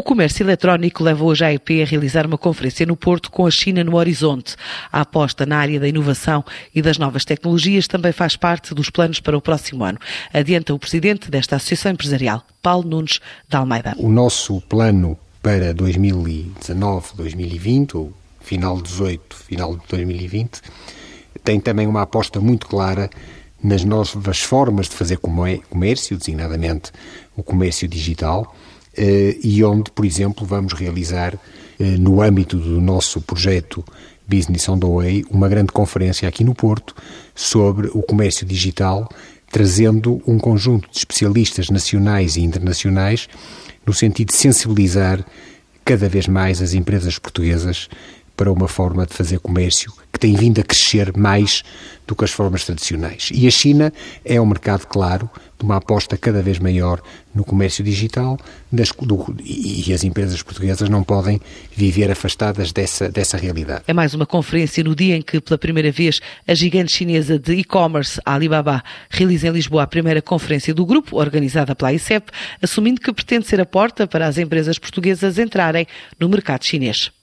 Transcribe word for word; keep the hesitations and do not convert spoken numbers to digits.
comércio eletrónico leva hoje a A E P a realizar uma conferência no Porto com a China no horizonte. A aposta na área da inovação e das novas tecnologias também faz parte dos planos para o próximo ano. Adianta o presidente desta Associação Empresarial, Paulo Nunes de Almeida. O nosso plano para dois mil e dezanove, dois mil e vinte, ou final de dezoito, final de dois mil e vinte, tem também uma aposta muito clara nas novas formas de fazer comércio, designadamente o comércio digital, e onde, por exemplo, vamos realizar, no âmbito do nosso projeto Business on the Way, uma grande conferência aqui no Porto sobre o comércio digital, trazendo um conjunto de especialistas nacionais e internacionais no sentido de sensibilizar cada vez mais as empresas portuguesas para uma forma de fazer comércio que tem vindo a crescer mais do que as formas tradicionais. E a China é um mercado, claro, de uma aposta cada vez maior no comércio digital das, do, e as empresas portuguesas não podem viver afastadas dessa, dessa realidade. É mais uma conferência no dia em que, pela primeira vez, a gigante chinesa de e-commerce, a Alibaba, realiza em Lisboa a primeira conferência do grupo, organizada pela I C E P, assumindo que pretende ser a porta para as empresas portuguesas entrarem no mercado chinês.